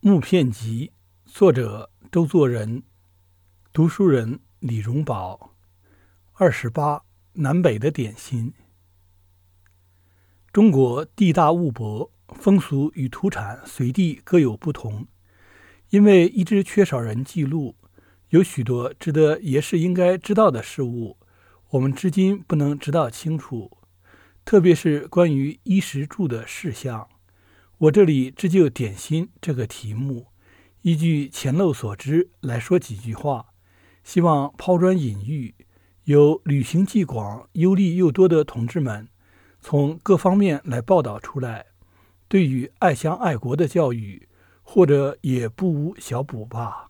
木片集，作者周作人，读书人李荣宝。28. 南北的点心。中国地大物博，风俗与土产随地各有不同，因为一直缺少人记录，有许多值得也是应该知道的事物，我们至今不能知道清楚，特别是关于衣食住的事项。我这里只就点心这个题目，依据前漏所知来说几句话，希望抛砖引玉，有旅行既广、游历又多的同志们从各方面来报道出来，对于爱乡爱国的教育，或者也不无小补吧。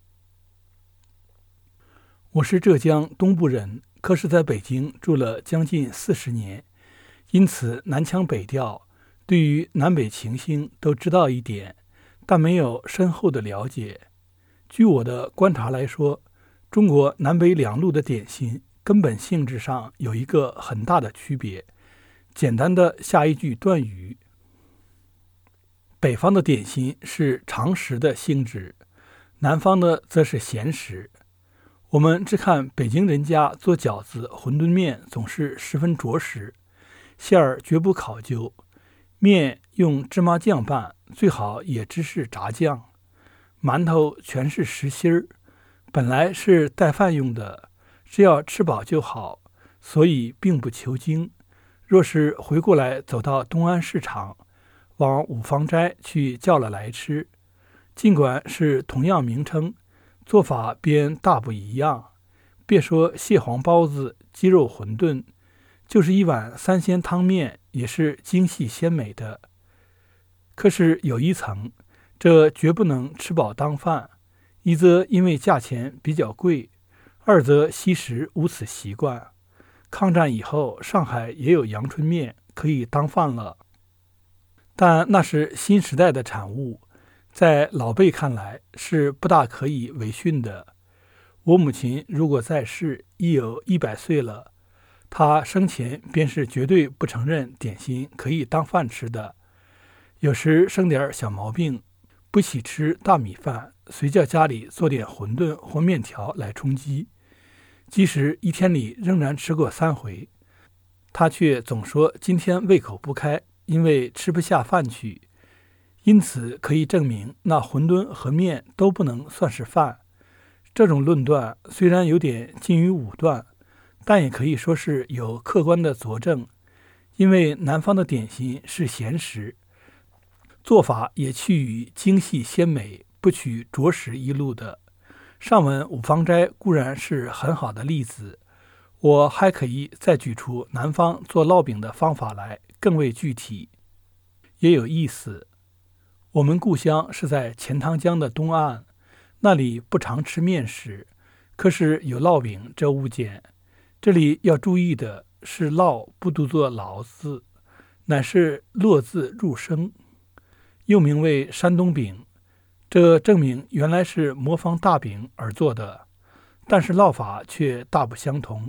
我是浙江东部人，可是在北京住了将近40年，因此南腔北调，对于南北情形都知道一点，但没有深厚的了解。据我的观察来说，中国南北两路的点心根本性质上有一个很大的区别。简单的下一句断语：北方的点心是常食的性质，南方的则是咸食。我们只看北京人家做饺子、馄饨面总是十分着实，馅儿绝不考究，面用芝麻酱拌，最好也只是炸酱。馒头全是实心儿，本来是带饭用的，只要吃饱就好，所以并不求精。若是回过来走到东安市场，往五芳斋去叫了来吃，尽管是同样名称，做法便大不一样。别说蟹黄包子、鸡肉馄饨，就是一碗三鲜汤面也是精细鲜美的。可是有一层，这绝不能吃饱当饭，一则因为价钱比较贵，二则昔时无此习惯。抗战以后，上海也有阳春面可以当饭了，但那是新时代的产物，在老辈看来是不大可以为训的。我母亲如果在世，已有100岁了，她生前便是绝对不承认点心可以当饭吃的。有时生点小毛病，不喜吃大米饭，随叫家里做点馄饨或面条来充饥。即使一天里仍然吃过3回，他却总说今天胃口不开，因为吃不下饭去。因此可以证明那馄饨和面都不能算是饭。这种论断虽然有点近于武断，但也可以说是有客观的佐证。因为南方的点心是咸食，做法也趋于精细鲜美，不取着实一路的。上文五芳斋固然是很好的例子，我还可以再举出南方做烙饼的方法来，更为具体，也有意思。我们故乡是在钱塘江的东岸，那里不常吃面食，可是有烙饼这物件。这里要注意的是，烙不读作老字，乃是落字入声，又名为山东饼。这证明原来是模仿大饼而做的，但是烙法却大不相同。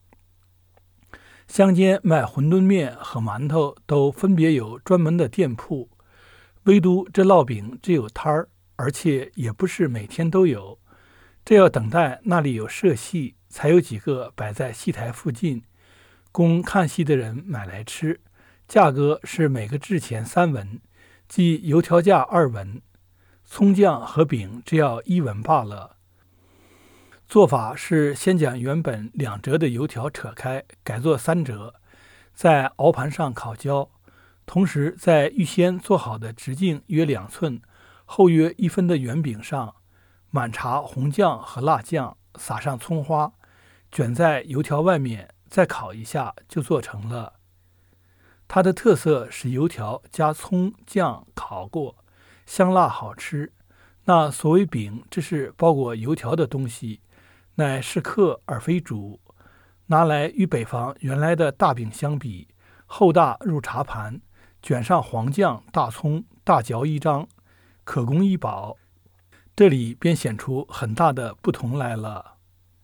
乡间卖馄饨面和馒头都分别有专门的店铺，唯独这烙饼只有摊儿，而且也不是每天都有。这要等待那里有社戏，才有几个摆在戏台附近，供看戏的人买来吃。价格是每个制钱3文，即油条价2文。葱酱和饼只要1文罢了。做法是先将原本2折的油条扯开，改做3折，在熬盘上烤焦，同时在预先做好的直径约2寸、厚约1分的圆饼上满搽红酱和辣酱，撒上葱花，卷在油条外面，再烤一下就做成了。它的特色是油条加葱酱烤过，香辣好吃。那所谓饼，只是包裹油条的东西，乃是客而非主。拿来与北方原来的大饼相比，厚大入茶盘，卷上黄酱、大葱，大嚼一张，可供一饱。这里便显出很大的不同来了。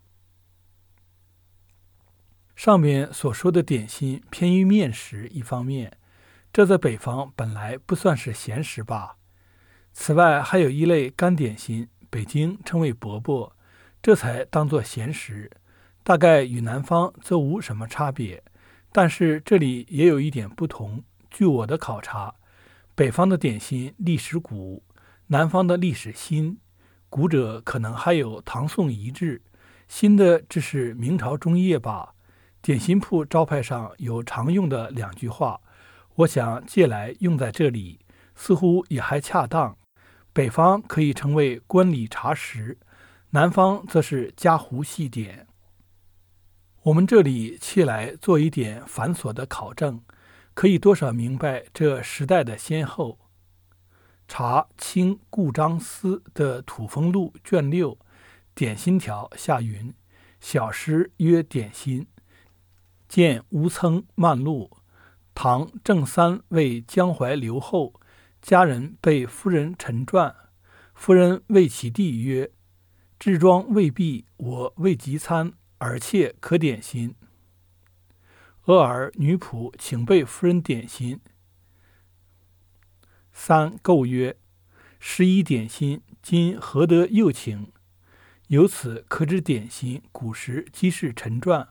上面所说的点心偏于面食一方面，这在北方本来不算是咸食吧。 此外，还有一类干点心，北京称为饽饽，这才当作咸食，大概与南方则无什么差别。但是这里也有一点不同。据我的考察，北方的点心历史古，南方的历史新。古者可能还有唐宋遗制，新的只是明朝中叶吧。点心铺招牌上有常用的2句话，我想借来用在这里，似乎也还恰当。北方可以称为官礼茶食，南方则是家湖细点。我们这里切来做一点繁琐的考证，可以多少明白这时代的先后。查清顾章思的《土风录》卷6点心条下云：小食曰点心。见吴岑漫录。唐正三为江淮留后，家人被夫人陈传，夫人谓其弟曰：置庄未毕，我未及餐，尔妾可点心。俄尔女仆请备夫人点心。3构曰：11点心，今何得又请？由此可知点心古时即是陈传。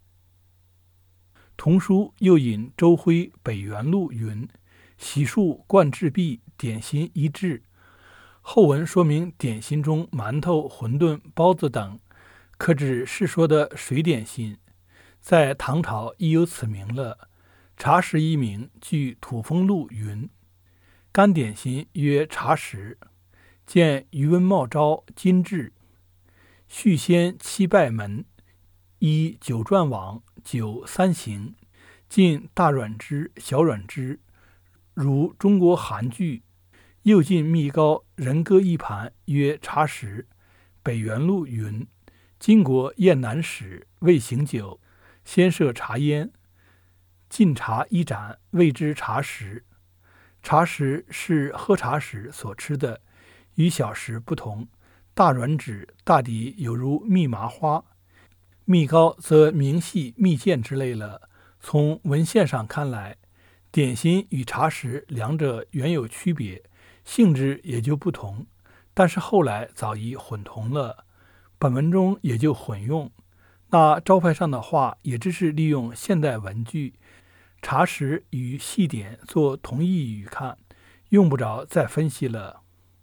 童书又引周辉《北元录》云：洗漱贯治毕，点心一制。后文说明点心中馒头、馄饨、包子等，可指是说的水点心。在唐朝亦有此名了。茶食一名，据《土风录》云：干点心曰茶食。见余温茂昭金制。续先七拜门，依九转网，九三行，进大软枝、小软枝，如中国韩剧。又进蜜糕，人各一盘，曰茶食。北元录云：金国宴南使，未行酒，先设茶烟，进茶一盏，谓之茶食。茶食是喝茶时所吃的，与小食不同。大软纸大抵有如蜜麻花，蜜糕则明细蜜饯之类了。从文献上看来，点心与茶食两者原有区别，性质也就不同，但是后来早已混同了，本文中也就混用。那招牌上的话也只是利用现代文句，茶食与细点做同义语看，用不着再分析了。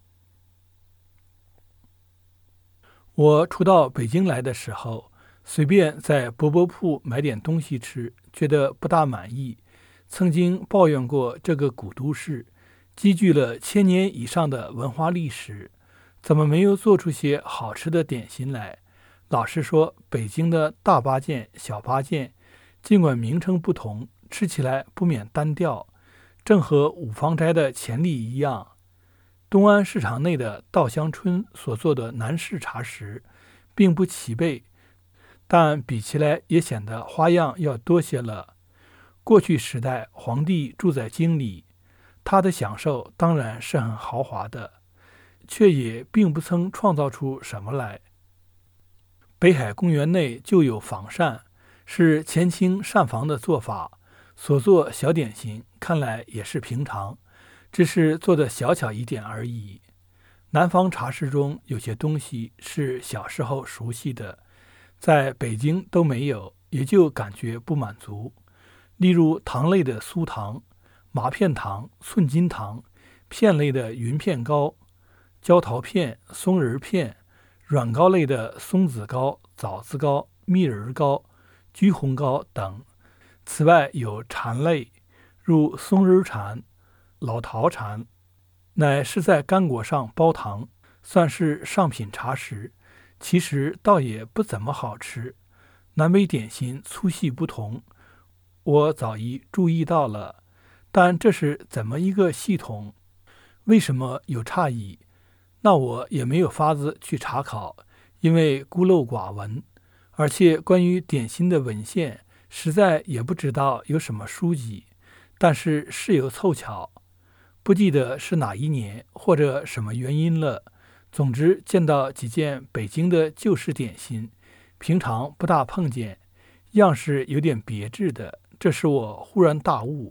我初到北京来的时候，随便在饽饽铺买点东西吃，觉得不大满意。曾经抱怨过这个古都市积聚了1000年以上的文化历史，怎么没有做出些好吃的点心来？老实说，北京的大八件、小八件，尽管名称不同，吃起来不免单调，正和五芳斋的潜力一样。东安市场内的稻香村所做的南式茶食并不齐备，但比起来也显得花样要多些了。过去时代皇帝住在京里，他的享受当然是很豪华的，却也并不曾创造出什么来。北海公园内就有仿膳，是前清膳房的做法，所做小点心看来也是平常，只是做的小巧一点而已。南方茶食中有些东西是小时候熟悉的，在北京都没有，也就感觉不满足。例如糖类的酥糖、麻片糖、寸金糖，片类的云片糕、焦桃片、松仁片，软糕类的松子糕、枣子糕、蜜仁糕、橘红糕等。此外有蝉类，如松仁蝉、老桃蝉，乃是在干果上包糖，算是上品茶食，其实倒也不怎么好吃。南北点心粗细不同，我早已注意到了，但这是怎么一个系统？为什么有差异？那我也没有法子去查考，因为孤陋寡闻，而且关于点心的文献实在也不知道有什么书籍。但是事有凑巧，不记得是哪一年或者什么原因了，总之见到几件北京的旧式点心，平常不大碰见，样式有点别致的，这使我忽然大悟，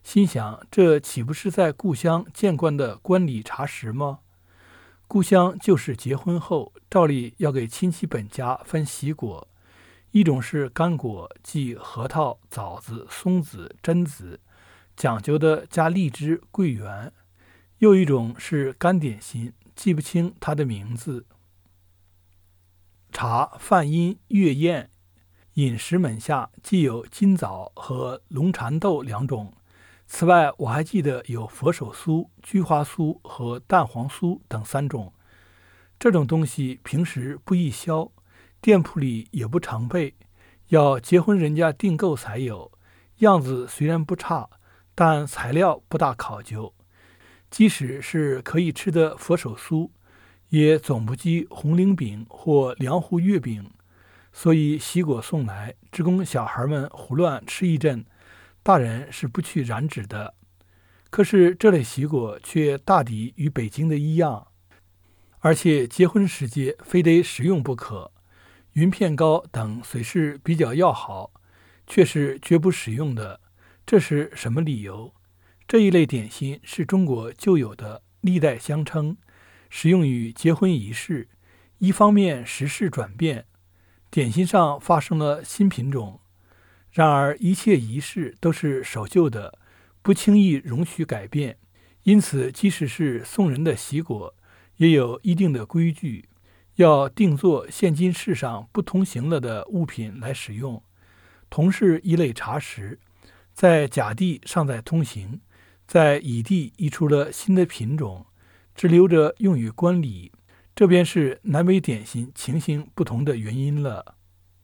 心想这岂不是在故乡见惯的观礼茶食吗？故乡就是结婚后照例要给亲戚本家分喜果，一种是干果，即核桃、枣子、松子、榛子，讲究的加荔枝、桂圆；又一种是干点心，记不清它的名字。茶泛音月宴，饮食门下既有金枣和龙蚕豆两种，此外我还记得有佛手酥、菊花酥和蛋黄酥等3种。这种东西平时不易销，店铺里也不常备，要结婚人家订购才有。样子虽然不差，但材料不大考究。即使是可以吃的佛手酥，也总不及红菱饼或凉糊月饼，所以喜果送来，只供小孩们胡乱吃一阵，大人是不去染指的。可是这类喜果却大抵与北京的一样，而且结婚时节非得食用不可。云片糕等虽是比较要好，却是绝不使用的。这是什么理由？这一类点心是中国旧有的，历代相称，使用于结婚仪式。一方面时事转变，点心上发生了新品种，然而一切仪式都是守旧的，不轻易容许改变，因此即使是送人的喜果，也有一定的规矩，要定做现今世上不通行了的物品来使用。同是一类茶食，在甲地尚在通行，在乙地移出了新的品种，只留着用于观礼，这便是南北点心情形不同的原因了。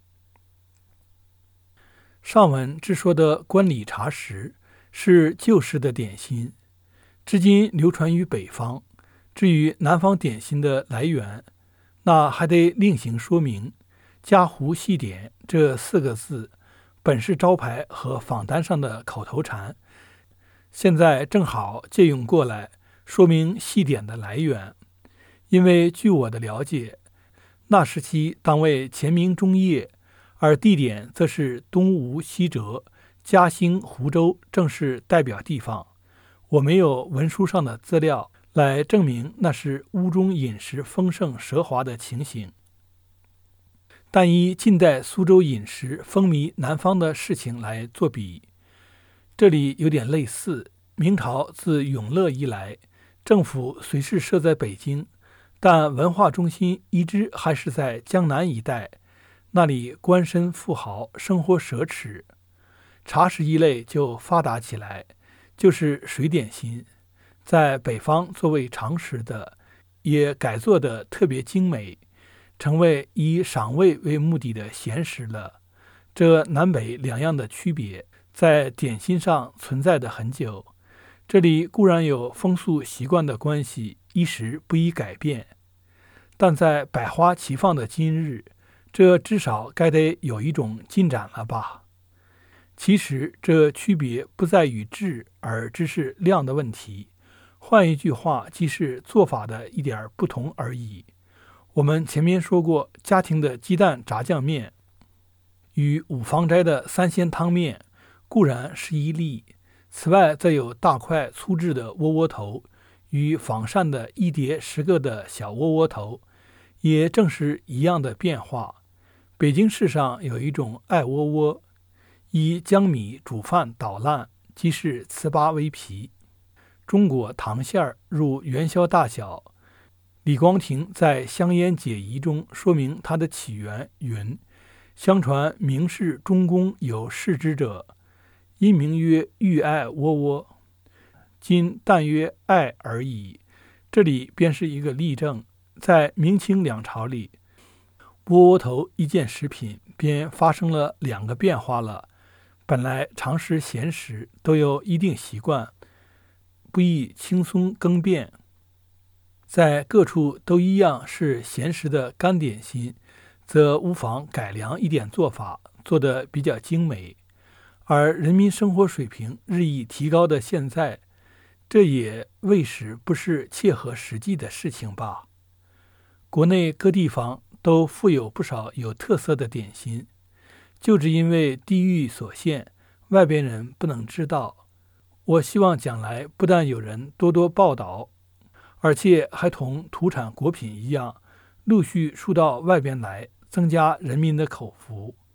上文之说的观礼茶食是旧式的点心，至今流传于北方。至于南方点心的来源，那还得另行说明。家湖细点这4个字本是招牌和访单上的口头禅，现在正好借用过来说明细点的来源。因为据我的了解，那时期当为前明中叶，而地点则是东吴西浙、嘉兴、湖州，正是代表地方。我没有文书上的资料来证明那是屋中饮食丰盛奢华的情形，但以近代苏州饮食风靡南方的事情来作比，这里有点类似。明朝自永乐以来，政府虽是设在北京，但文化中心一直还是在江南一带，那里官绅富豪生活奢侈，茶食一类就发达起来，就是水点心，在北方作为常识的，也改做的特别精美，成为以赏味为目的的闲食了。这南北两样的区别，在点心上存在的很久。这里固然有风俗习惯的关系，一时不宜改变，但在百花齐放的今日，这至少该得有一种进展了吧？其实这区别不在于质，而只是量的问题。换一句话，即是做法的一点不同而已。我们前面说过，家庭的鸡蛋炸酱面与五芳斋的3鲜汤面固然是一例，此外则有大块粗制的窝窝头与仿膳的1碟10个的小窝窝头，也正是一样的变化。北京市上有一种艾窝窝，以江米煮饭捣烂，即是糍粑为皮。中国糖馅儿入元宵大小。李光庭在《香烟解疑》中说明它的起源云：相传明世中宫有世之者，因名曰玉艾窝窝，今但曰艾而已。这里便是一个例证，在明清两朝里，窝窝头一件食品便发生了2个变化了。本来常食闲食都有一定习惯，不宜轻松更变，在各处都一样是闲食的干点心，则无妨改良一点做法，做得比较精美。而人民生活水平日益提高的现在，这也未使不是切合实际的事情吧。国内各地方都富有不少有特色的点心，就只因为地域所限，外边人不能知道。 我希望将来不但有人多多报道，而且还同土产果品一样，陆续输到外边来，增加人民的口福。